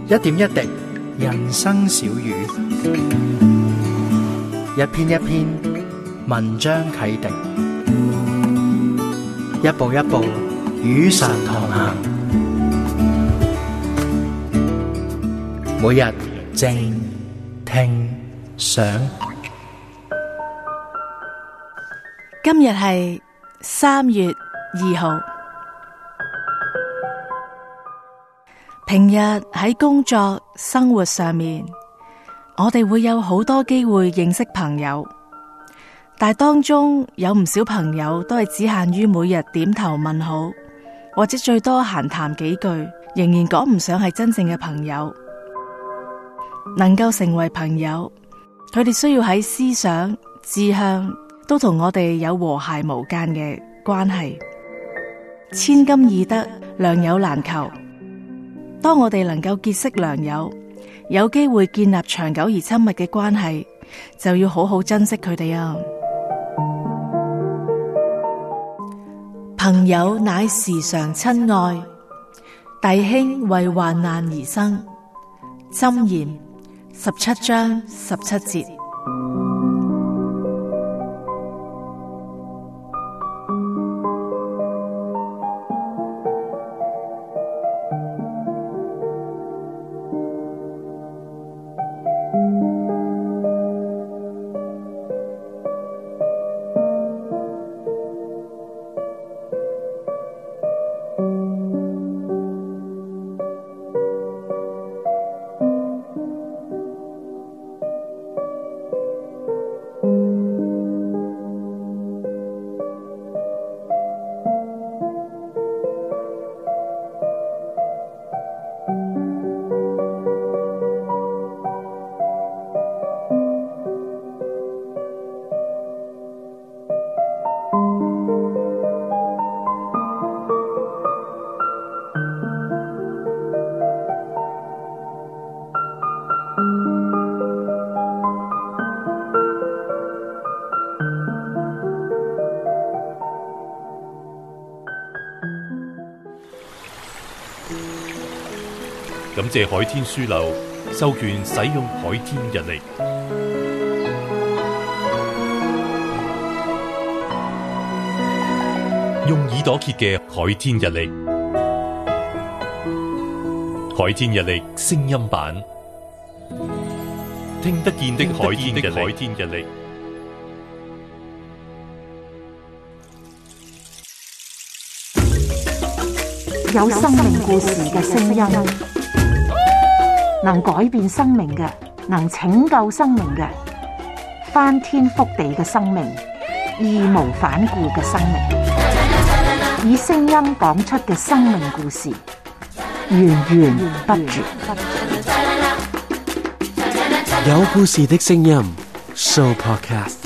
一點一滴，人生小語；一篇一篇，文章啟迪；一步一步，與神同行。每日靜聽想， 今日係3月2號。平日喺工作生活上面，我哋會有好多機會認識朋友，但當中有唔少朋友都係只限於每日點頭問好，或者最多閒談幾句，仍然講唔上係真正嘅朋友。能夠成為朋友，佢哋需要喺思想、志向都同我哋有和諧無間嘅關係。千金易得，良友難求。當我哋能夠結識良友，有機會建立長久而親密嘅關係，就要好好珍惜佢哋啊！朋友乃時常親愛，弟兄為患難而生。箴言17章17節。 感謝海天書樓授權使用海天日曆，用耳朵揭嘅海天日曆，海天日曆聲音版，聽得見的海天日曆。 有生命故事嘅聲音，能改變生命嘅，能拯救生命嘅，翻天覆地嘅生命，義無反顧嘅生命，以聲音講出嘅生命故事，源源不絕。 有故事的聲音 Show Podcast。